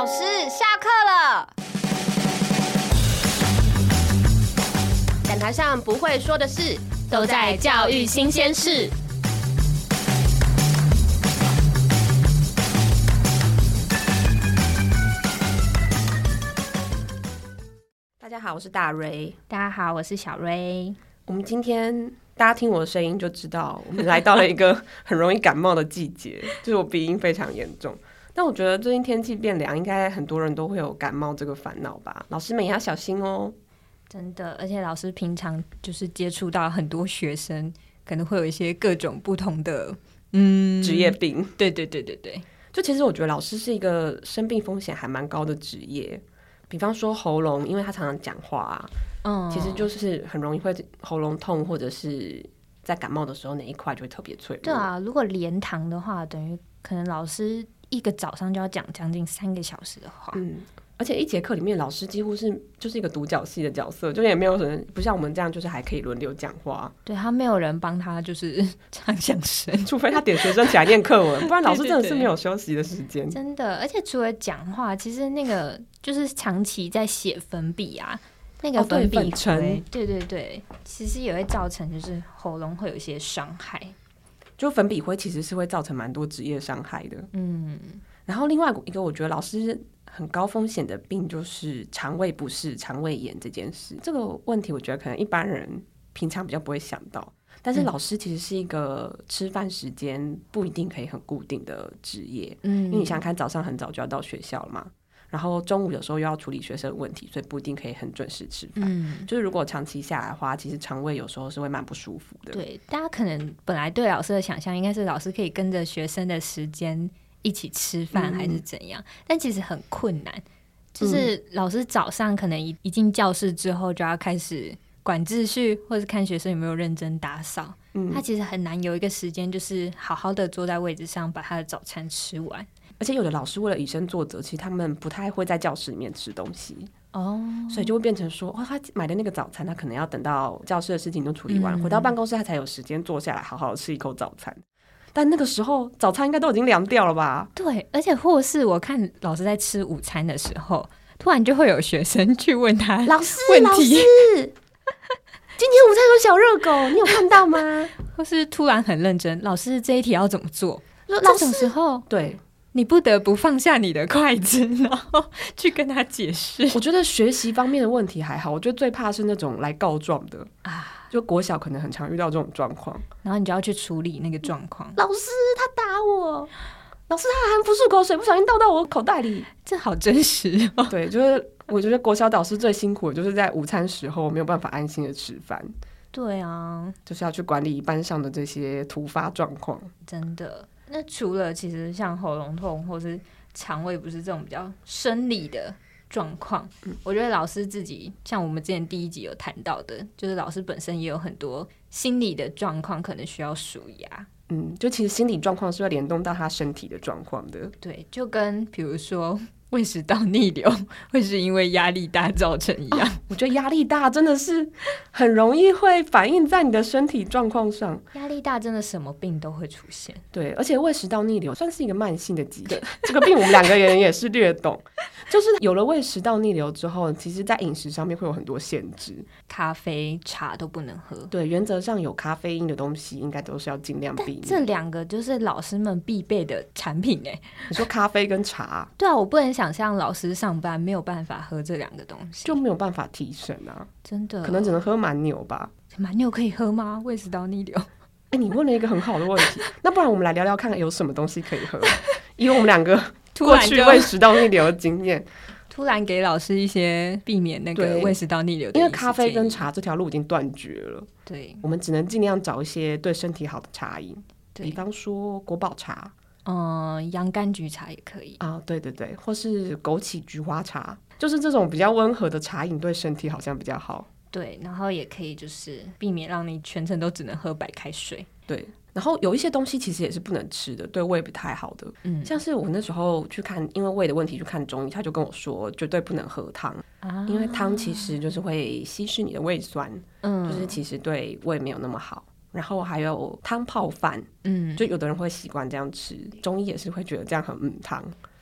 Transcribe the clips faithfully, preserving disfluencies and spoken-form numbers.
老师，下课了。 讲台上不会说的事， 都在教育新鲜事。 大家好，我是大瑞。 大家好，我是小瑞。 我们今天大家听我的声音就知道，我们来到了一个很容易感冒的季节，就是我鼻音非常严重。但我觉得最近天气变凉，应该很多人都会有感冒这个烦恼吧？老师们也要小心哦。 真的，而且老师平常就是接触到很多学生，可能会有一些各种不同的嗯职业病。 对对对对对， 就其实我觉得老师是一个生病风险还蛮高的职业。比方说喉咙，因为他常常讲话啊，嗯，其实就是很容易会喉咙痛，或者是在感冒的时候那一块就会特别脆弱。 对啊，如果连堂的话，等于可能老师一个早上就要讲将近三个小时的话， 嗯，而且一节课里面老师几乎是就是一个独角戏的角色，就也没有人不像我们这样，就是还可以轮流讲话。 对，他没有人帮他就是唱相声， 除非他点学生起来念课文，不然老师真的是没有休息的时间。 真的，而且除了讲话，其实那个就是长期在写粉笔啊，那个粉笔尘、哦， 对对对，其实也会造成就是喉咙会有一些伤害。 就粉笔灰其实是会造成蛮多职业伤害的。嗯，然后另外一个我觉得老师很高风险的病就是肠胃不适、肠胃炎这件事。这个问题我觉得可能一般人平常比较不会想到，但是老师其实是一个吃饭时间不一定可以很固定的职业。嗯，因为你想想看，早上很早就要到学校了嘛，然后中午有时候又要处理学生的问题，所以不一定可以很准时吃饭。嗯，就是如果长期下来的话，其实肠胃有时候是会蛮不舒服的。 对，大家可能本来对老师的想象应该是老师可以跟着学生的时间一起吃饭还是怎样、嗯、但其实很困难，就是老师早上可能一一进教室之后就要开始管秩序，或是看学生有没有认真打扫、嗯、他其实很难有一个时间就是好好的坐在位置上把他的早餐吃完。 而且有的老师为了以身作则，其实他们不太会在教室里面吃东西哦，所以就会变成说、哦、他买的那个早餐他可能要等到教室的事情都处理完、嗯、回到办公室他才有时间坐下来好好的吃一口早餐，但那个时候早餐应该都已经凉掉了吧？ 对，而且或是我看老师在吃午餐的时候，突然就会有学生去问他老师问题， 老师今天午餐有小热狗你有看到吗？ 或是突然很认真，老师这一题要怎么做？ 这种时候对你不得不放下你的筷子，然后去跟他解释。 我觉得学习方面的问题还好，我觉得最怕是那种来告状的啊，就国小可能很常遇到这种状况， 然后你就要去处理那个状况。 老师他打我，老师他含不漱口水不小心倒到我口袋里， 这好真实哦。 对，就是我觉得国小导师最辛苦的就是在午餐时候没有办法安心的吃饭。 对啊， 就是要去管理班上的这些突发状况。 真的。那除了其实像喉咙痛或是肠胃不是这种比较生理的状况、嗯、我觉得老师自己像我们之前第一集有谈到的，就是老师本身也有很多心理的状况可能需要抒压。 嗯，就其实心理状况是会联动到他身体的状况的。 对，就跟比如说胃食道逆流会是因为压力大造成一样、哦、 我觉得压力大真的是很容易会反映在你的身体状况上。 压力大真的什么病都会出现。 对，而且胃食道逆流算是一个慢性的疾病，这个病我们两个人也是略懂。就是有了胃食道逆流之后，其实在饮食上面会有很多限制， 咖啡茶都不能喝。 对，原则上有咖啡因的东西应该都是要尽量避免。 这两个就是老师们必备的产品耶。 你说咖啡跟茶？ 对啊，我不能想象老师上班没有办法喝这两个东西， 就没有办法提神啊。 真的， 可能只能喝蛮牛吧。 蛮牛可以喝吗？胃食道逆流？ 哎、欸，你问了一个很好的问题。那不然我们来聊聊看有什么东西可以喝，因为我们两个过去胃食道逆流的经验， 突然给老师一些避免那个胃食道逆流的， 因为咖啡跟茶这条路已经断绝了。 对， 我们只能尽量找一些对身体好的茶饮，比方说国宝茶， 嗯，洋甘菊茶也可以啊，对对对，或是枸杞菊花茶，就是这种比较温和的茶饮对身体好像比较好。 对，然后也可以就是避免让你全程都只能喝白开水。 对，然后有一些东西其实也是不能吃的，对胃不太好的。嗯，像是我那时候去看，因为胃的问题去看中医，他就跟我说绝对不能喝汤、啊、因为汤其实就是会稀释你的胃酸，嗯，就是其实对胃没有那么好。然后还有汤泡饭，嗯，就有的人会习惯这样吃，中医也是会觉得这样很嗯汤。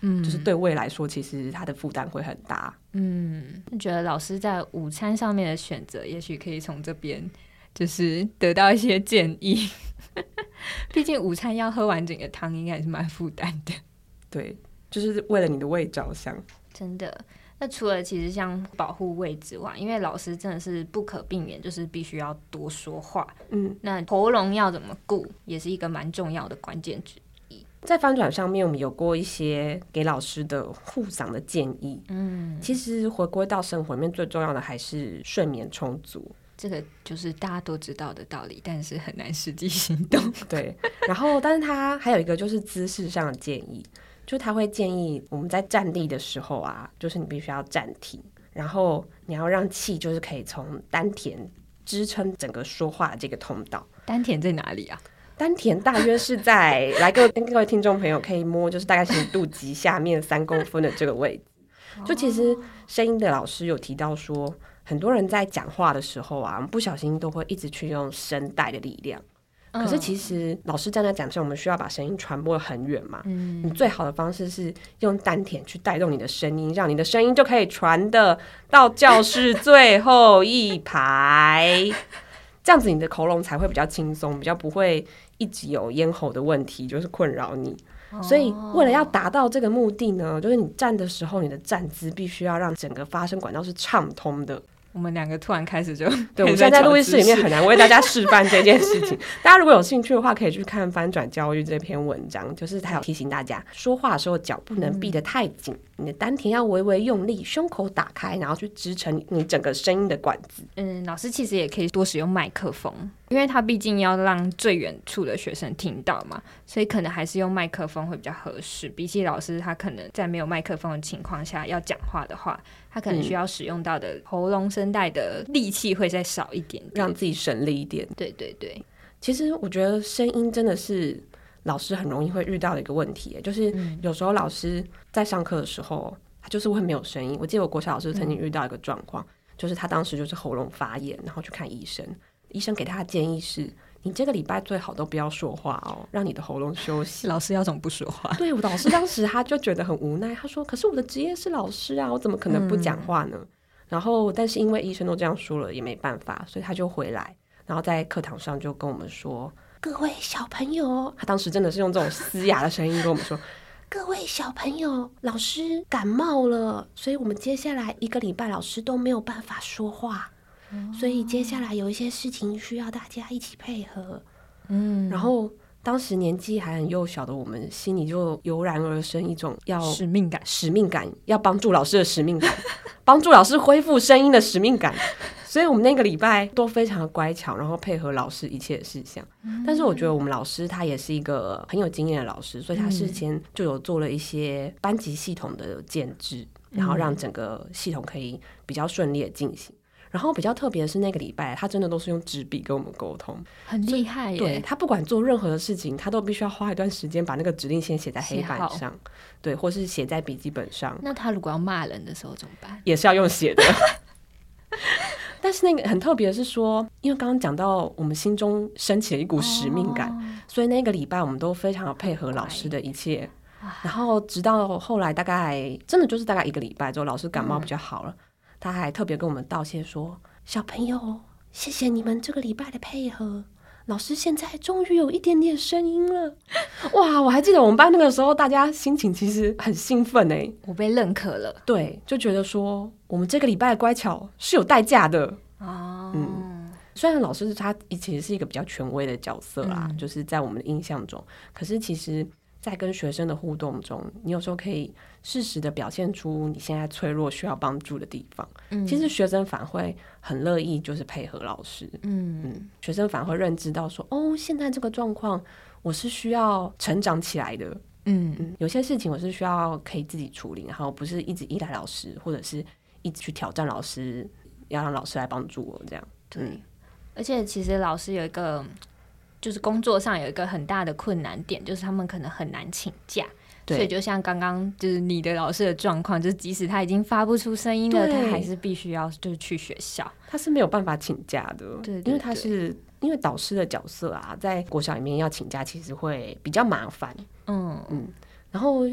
嗯，就是对胃来说其实他的负担会很大。 嗯，我觉得老师在午餐上面的选择也许可以从这边就是得到一些建议毕竟午餐要喝完整个汤应该也是蛮负担的。 对，就是为了你的胃着想。 真的。那除了其实像保护胃之外，因为老师真的是不可避免就是必须要多说话，嗯，那喉咙要怎么顾也是一个蛮重要的关键之一。 在翻转上面我们有过一些给老师的护嗓的建议，嗯，其实回归到生活里面最重要的还是睡眠充足， 这个就是大家都知道的道理，但是很难实际行动对，然后但是他还有一个就是姿势上的建议，就他会建议我们在站立的时候啊，就是你必须要站挺，然后你要让气就是可以从丹田支撑整个说话的这个通道。 丹田在哪里啊？ 丹田大约是在来各位各位听众朋友可以摸，就是大概是你肚脐下面三公分的这个位置。就其实声音的老师有提到说，很多人在讲话的时候啊，不小心都会一直去用声带的力量。可是其实老师站在讲台，我们需要把声音传播很远嘛，嗯，你最好的方式是用丹田去带动你的声音，让你的声音就可以传的到教室最后一排这样子你的喉咙才会比较轻松，比较不会一直有咽喉的问题就是困扰你。所以为了要达到这个目的呢，就是你站的时候你的站姿必须要让整个发声管道是畅通的。 我们两个突然开始就对，我们现在在录音室里面很难为大家示范这件事情大家如果有兴趣的话可以去看翻转教育这篇文章，就是他有提醒大家说话的时候脚不能闭得太紧，你的丹田要微微用力，胸口打开，然后去支撑你整个声音的管子。 嗯，老师其实也可以多使用麦克风，因为他毕竟要让最远处的学生听到嘛，所以可能还是用麦克风会比较合适。比起老师他可能在没有麦克风的情况下要讲话的话，他可能需要使用到的喉咙声带的力气会再少一点点， 让自己省力一点。 对对对， 其实我觉得声音真的是老师很容易会遇到的一个问题，就是有时候老师在上课的时候他就是会没有声音。我记得我国小老师曾经遇到一个状况，就是他当时就是喉咙发炎，然后去看医生，医生给他的建议是你这个礼拜最好都不要说话哦，让你的喉咙休息。 老师要怎么不说话？ 对，我老师当时他就觉得很无奈，他说可是我的职业是老师啊，我怎么可能不讲话呢、嗯、然后但是因为医生都这样说了也没办法，所以他就回来，然后在课堂上就跟我们说，各位小朋友，他当时真的是用这种嘶哑的声音跟我们说各位小朋友，老师感冒了，所以我们接下来一个礼拜老师都没有办法说话，所以接下来有一些事情需要大家一起配合。嗯，然后当时年纪还很幼小的我们心里就油然而生一种要使命感使命感要帮助老师的使命感帮助老师恢复声音的使命感，所以我们那个礼拜都非常的乖巧，然后配合老师一切的事项、嗯、但是我觉得我们老师他也是一个很有经验的老师，所以他事前就有做了一些班级系统的建制、嗯、然后让整个系统可以比较顺利的进行。然后比较特别的是那个礼拜他真的都是用纸笔跟我们沟通， 很厉害耶。 对，他不管做任何的事情他都必须要花一段时间把那个指令先写在黑板上，对，或是写在笔记本上。 那他如果要骂人的时候怎么办？ 也是要用写的但是那个很特别的是说，因为刚刚讲到我们心中升起了一股使命感、哦、所以那个礼拜我们都非常的配合老师的一切，然后直到后来大概真的就是大概一个礼拜之后老师感冒比较好了、嗯，他还特别跟我们道谢说，小朋友谢谢你们这个礼拜的配合，老师现在终于有一点点声音了。哇，我还记得我们班那个时候大家心情其实很兴奋耶， 我被认可了。 对，就觉得说我们这个礼拜的乖巧是有代价的、哦、嗯，虽然老师他其实是一个比较权威的角色啦、嗯、就是在我们的印象中，可是其实在跟学生的互动中，你有时候可以适时的表现出你现在脆弱需要帮助的地方、嗯、其实学生反而会很乐意就是配合老师。 嗯, 嗯学生反而会认知到说，哦，现在这个状况我是需要成长起来的。嗯嗯，有些事情我是需要可以自己处理，然后不是一直依赖老师，或者是一直去挑战老师，要让老师来帮助我这样。 对、嗯，而且其实老师有一个就是工作上有一个很大的困难点，就是他们可能很难请假。所以就像刚刚就是你的老师的状况，就是即使他已经发不出声音了，他还是必须要就是去学校， 他是没有办法请假的。 对对对， 因为他是因为导师的角色啊，在国小里面要请假其实会比较麻烦。嗯嗯，然后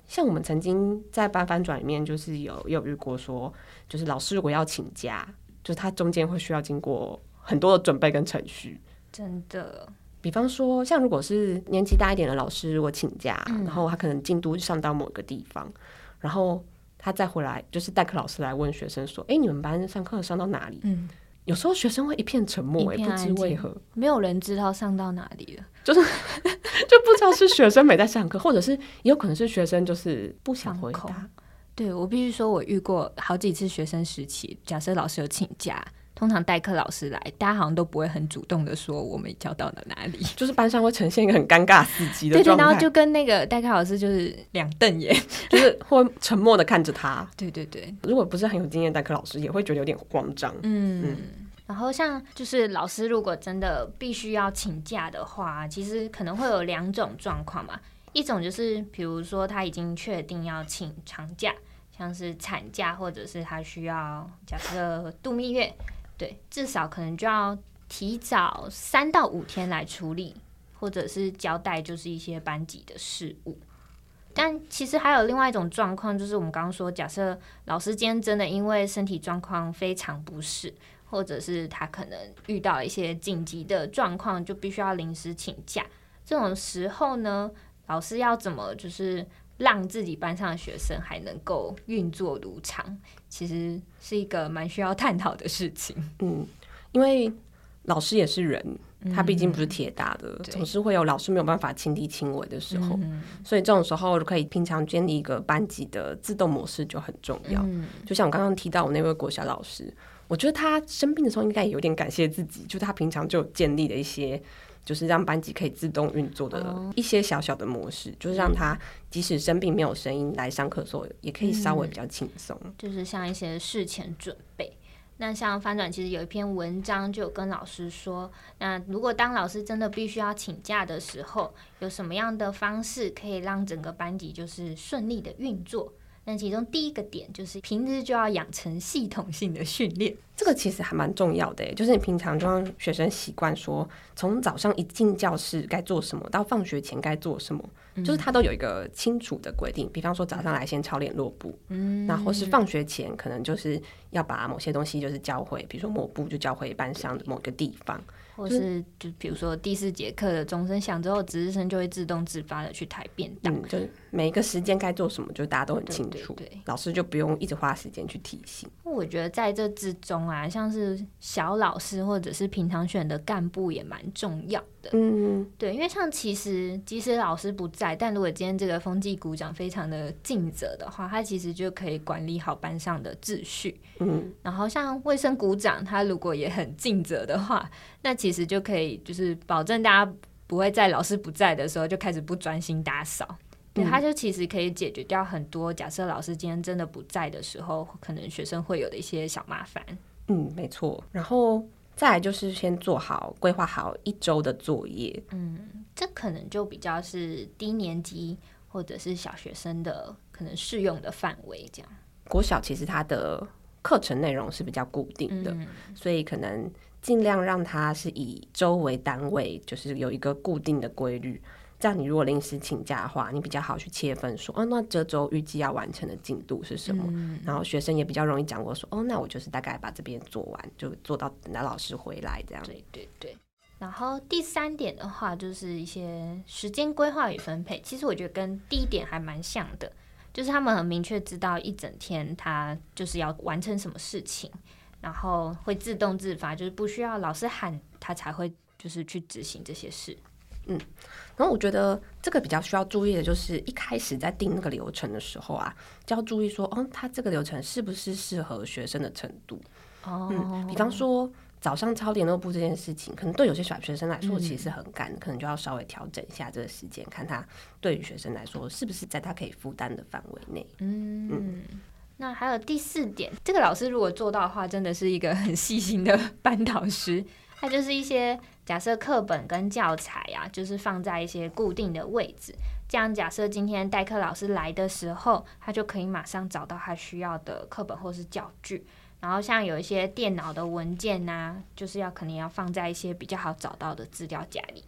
像我们曾经在班翻转里面，就是有有遇过说，就是老师如果要请假，就是他中间会需要经过很多的准备跟程序。 真的， 比方说，像如果是年纪大一点的老师，如果请假， 嗯、 然后他可能进度上到某一个地方，然后他再回来，就是代课老师来问学生说：“哎，你们班上课上到哪里？”嗯，有时候学生会一片沉默，哎，不知为何， 没有人知道上到哪里了， 就是就不知道是学生没在上课，或者是也有可能是学生就是不想回答。 对，我必须说，我遇过好几次学生时期，假设老师有请假。通常代课老师来，大家好像都不会很主动的说我们教到了哪里， 就是班上会呈现一个很尴尬司机的状态。对对， 然后就跟那个代课老师就是两瞪眼， 就是会沉默的看着他。 对对对， 如果不是很有经验的代课老师，也会觉得有点慌张。 嗯嗯。然后像就是老师如果真的必须要请假的话，其实可能会有两种状况嘛。一种就是比如说他已经确定要请长假，像是产假，或者是他需要假设度蜜月。对，至少可能就要提早三到五天来处理，或者是交代就是一些班级的事务。但其实还有另外一种状况，就是我们刚刚说，假设老师今天真的因为身体状况非常不适，或者是他可能遇到一些紧急的状况，就必须要临时请假。这种时候呢，老师要怎么就是让自己班上的学生还能够运作如常，其实是一个蛮需要探讨的事情。 嗯，因为老师也是人，他毕竟不是铁打的，嗯、总是会有老师没有办法亲力亲为的时候，嗯、所以这种时候可以平常建立一个班级的自动模式就很重要。嗯、就像我刚刚提到我那位国小老师，我觉得他生病的时候应该也有点感谢自己，就是他平常就有建立了一些就是让班级可以自动运作的一些小小的模式，哦、就是让他即使生病没有声音来上课的时候，也可以稍微比较轻松，嗯。 就是像一些事前准备。那像翻转其实有一篇文章就有跟老师说，那如果当老师真的必须要请假的时候，有什么样的方式可以让整个班级就是顺利的运作？那其中第一个点就是平日就要养成系统性的训练， 这个其实还蛮重要的耶，就是你平常就让学生习惯说，从早上一进教室该做什么，到放学前该做什么，嗯、就是他都有一个清楚的规定。比方说早上来先抄联络簿，嗯，然后是放学前可能就是要把某些东西就是教会，比如说抹布就教会班上的某个地方。 或是就比如说第四节课的钟声响之后，值日生就会自动自发的去抬便当， 嗯，就是每一个时间该做什么，就大家都很清楚， 对对对， 老师就不用一直花时间去提醒。 我觉得在这之中啊，像是小老师或者是平常选的干部也蛮重要的，嗯，对，因为像其实即使老师不在，但如果今天这个风纪股长非常的尽责的话，他其实就可以管理好班上的秩序，嗯，然后像卫生股长他如果也很尽责的话，那其实就可以就是保证大家不会在老师不在的时候就开始不专心打扫。对，他就其实可以解决掉很多假设老师今天真的不在的时候，可能学生会有的一些小麻烦。 嗯，没错。然后再来就是先做好规划好一周的作业。 嗯，这可能就比较是低年级或者是小学生的可能适用的范围这样。 国小其实它的课程内容是比较固定的，嗯、所以可能尽量让它是以周为单位，就是有一个固定的规律。这样你如果临时请假的话，你比较好去切分说，哦，那这周预计要完成的进度是什么，嗯、然后学生也比较容易掌握说，哦，那我就是大概把这边做完，就做到等到老师回来这样。 对对对。然后第三点的话，就是一些时间规划与分配，其实我觉得跟第一点还蛮像的，就是他们很明确知道一整天他就是要完成什么事情，然后会自动自发，就是不需要老师喊他才会就是去执行这些事。 嗯，然后我觉得这个比较需要注意的就是一开始在定那个流程的时候啊，就要注意说，哦，他这个流程是不是适合学生的程度。哦，嗯，比方说早上抄联络簿这件事情，可能对有些小学生来说其实是很赶，嗯、可能就要稍微调整一下这个时间，看他对于学生来说是不是在他可以负担的范围内。嗯嗯。那还有第四点，这个老师如果做到的话，真的是一个很细心的班导师。它就是一些假设课本跟教材啊，就是放在一些固定的位置，这样假设今天代课老师来的时候，他就可以马上找到他需要的课本或是教具。然后像有一些电脑的文件啊，就是要可能要放在一些比较好找到的资料夹里面。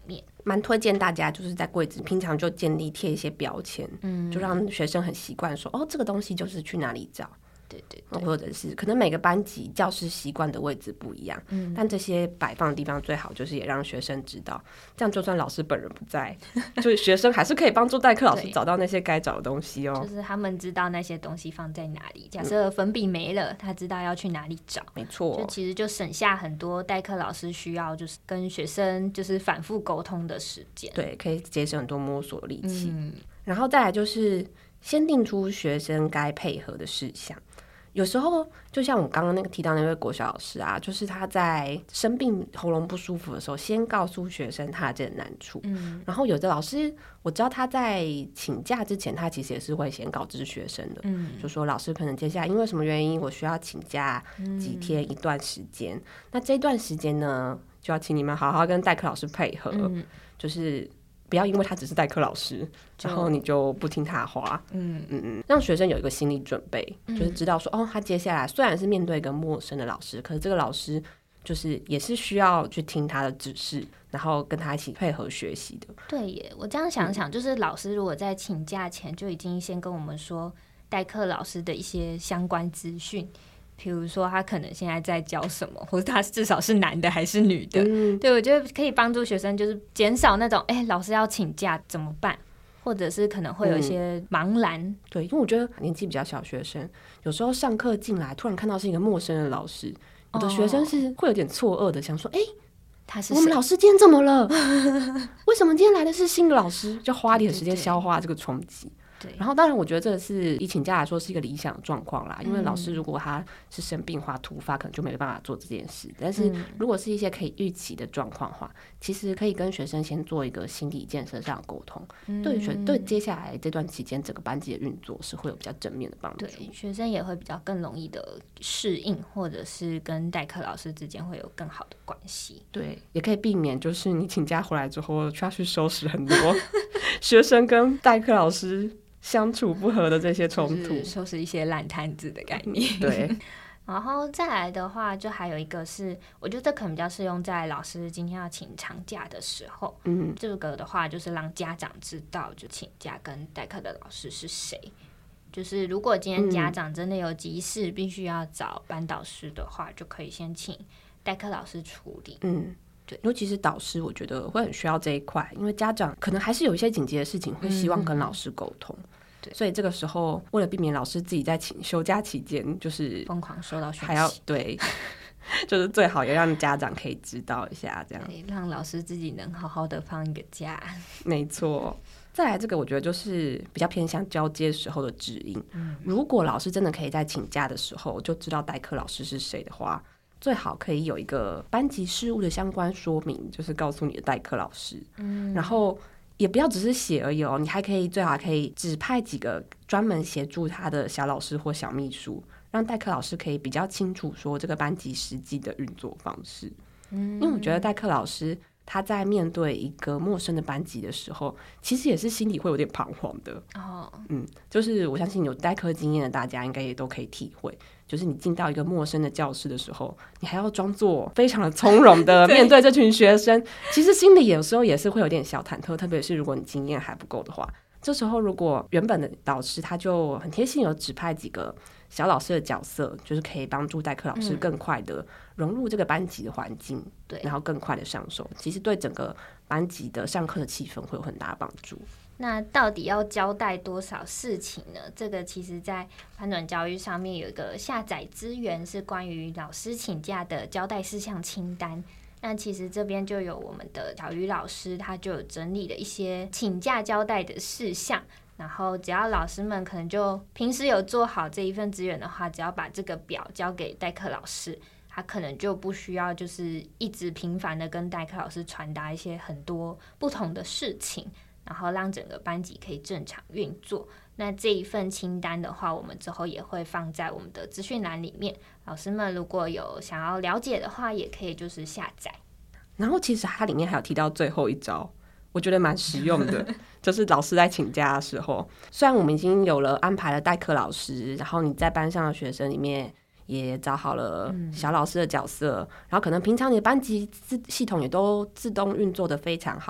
蛮推荐大家就是在柜子平常就建立贴一些标签，嗯，就让学生很习惯说哦，这个东西就是去哪里找。 对对对， 或者是可能每个班级教室习惯的位置不一样，嗯，但这些摆放的地方最好就是也让学生知道，这样就算老师本人不在，就是学生还是可以帮助代课老师找到那些该找的东西哦。 就是他们知道那些东西放在哪里。假设粉笔没了，他知道要去哪里找， 没错， 就其实就省下很多代课老师需要就是跟学生就是反复沟通的时间， 对，可以节省很多摸索力气。嗯，然后再来就是先定出学生该配合的事项。有时候就像我刚刚那个提到那位国小老师啊，就是他在生病喉咙不舒服的时候，先告诉学生他的这个难处。嗯，然后有的老师我知道他在请假之前，他其实也是会先告知学生的，嗯，就说老师可能接下来因为什么原因，我需要请假几天一段时间，嗯，那这段时间呢，就要请你们好好跟代课老师配合，嗯，就是不要因为他只是代课老师，然后你就不听他话，嗯嗯嗯，让学生有一个心理准备，嗯，就是知道说，哦，他接下来虽然是面对一个陌生的老师，可是这个老师就是也是需要去听他的指示，然后跟他一起配合学习的。 对耶，我这样想想，嗯，就是老师如果在请假前就已经先跟我们说代课老师的一些相关资讯。比如说他可能现在在教什么，或者他至少是男的还是女的，嗯，对，我觉得可以帮助学生就是减少那种哎，欸，老师要请假怎么办，或者是可能会有一些茫然，嗯， 对，因为我觉得年纪比较小学生有时候上课进来突然看到是一个陌生的老师，有的学生是会有点错愕的，想说哎，欸， 他是我们老师今天怎么了为什么今天来的是新的老师，就花一点时间消化这个冲击。然后当然我觉得这是以请假来说是一个理想的状况啦，因为老师如果他是生病或突发可能就没办法做这件事，但是如果是一些可以预期的状况的话，其实可以跟学生先做一个心理建设上的沟通，对学对接下来这段期间整个班级的运作是会有比较正面的帮助， 对学生也会比较更容易的适应，或者是跟代课老师之间会有更好的关系， 对，也可以避免就是你请假回来之后就要去收拾很多学生跟代课老师相处不合的这些冲突， 就是收拾一些烂摊子的概念。 对， 然后再来的话，就还有一个是，我觉得这可能比较适用在老师今天要请长假的时候。嗯，这个的话就是让家长知道，就请假跟代课的老师是谁。就是如果今天家长真的有急事，必须要找班导师的话，就可以先请代课老师处理。嗯。 对，尤其是导师我觉得会很需要这一块，因为家长可能还是有一些紧急的事情会希望跟老师沟通，嗯，对，所以这个时候为了避免老师自己在请休假期间就是疯狂收到讯息， 还要对就是最好也让家长可以知道一下，这样让老师自己能好好的放一个假。 没错，再来这个我觉得就是比较偏向交接时候的指引，嗯，如果老师真的可以在请假的时候就知道代课老师是谁的话，最好可以有一个班级事务的相关说明，就是告诉你的代课老师，嗯，然后也不要只是写而已哦，你还可以最好可以指派几个专门协助他的小老师或小秘书，让代课老师可以比较清楚说这个班级实际的运作方式，嗯，因为我觉得代课老师他在面对一个陌生的班级的时候，其实也是心里会有点彷徨的，哦，嗯，就是我相信有代课经验的大家应该也都可以体会，就是你进到一个陌生的教室的时候，你还要装作非常的从容的面对这群学生其实心里有时候也是会有点小忐忑，特别是如果你经验还不够的话，这时候如果原本的导师他就很贴心有指派几个小老师的角色，就是可以帮助代课老师更快的融入这个班级的环境，对，然后更快的上手，其实对整个班级的上课的气氛会有很大的帮助。 那到底要交代多少事情呢？这个其实在翻转教育上面有一个下载资源，是关于老师请假的交代事项清单。那其实这边就有我们的小鱼老师，他就有整理了一些请假交代的事项，然后只要老师们可能就平时有做好这一份资源的话，只要把这个表交给代课老师，他可能就不需要就是一直频繁的跟代课老师传达一些很多不同的事情，然后让整个班级可以正常运作。那这一份清单的话，我们之后也会放在我们的资讯栏里面，老师们如果有想要了解的话，也可以就是下载。 然后其实它里面还有提到最后一招，我觉得蛮实用的就是老师在请假的时候，虽然我们已经有了安排了代课老师，然后你在班上的学生里面也找好了小老师的角色，嗯，然后可能平常你的班级系统也都自动运作的非常好，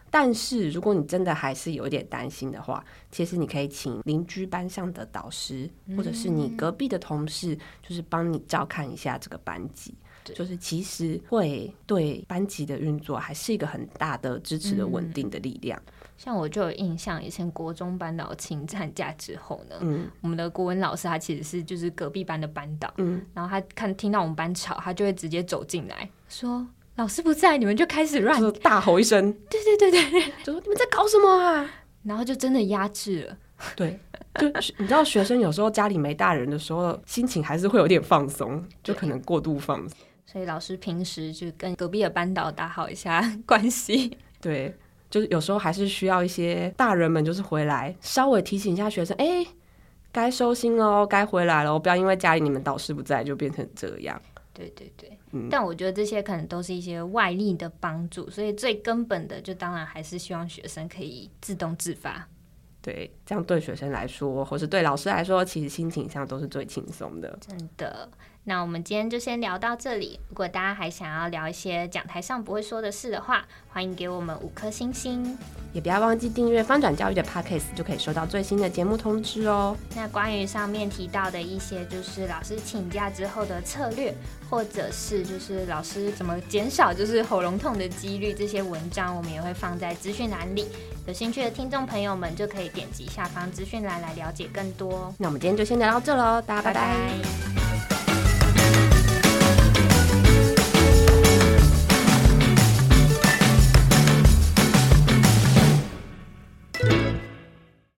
但是如果你真的还是有点担心的话，其实你可以请邻居班上的导师，或者是你隔壁的同事，就是帮你照看一下这个班级。就是其实会对班级的运作还是一个很大的支持的稳定的力量。 嗯，像我就有印象，以前国中班导请产假之后呢，嗯，我们的国文老师他其实是就是隔壁班的班导，嗯，然后他看听到我们班吵，他就会直接走进来说：“老师不在，你们就开始乱， 就大吼一声， 对对对对， 就说你们在搞什么啊？” 然后就真的压制了。 对，就你知道学生有时候家里没大人的时候，心情还是会有点放松，就可能过度放松。 所以老师平时就跟隔壁的班导打好一下关系。 对，就是有时候还是需要一些大人们就是回来稍微提醒一下学生，哎，该收心咯，该回来咯，不要因为家里你们导师不在就变成这样。 对对对，嗯，但我觉得这些可能都是一些外力的帮助，所以最根本的就当然还是希望学生可以自动自发。 对，这样对学生来说或是对老师来说，其实心情上都是最轻松的。 真的。那我们今天就先聊到这里，如果大家还想要聊一些讲台上不会说的事的话，欢迎给我们五颗星星， 也不要忘记订阅翻转教育的 Podcast， 就可以收到最新的节目通知哦。 那关于上面提到的一些就是老师请假之后的策略，或者是就是老师怎么减少就是喉咙痛的几率，这些文章我们也会放在资讯栏里，有兴趣的听众朋友们就可以点击下方资讯栏来了解更多。 那我们今天就先聊到这咯，大家拜拜。 拜拜。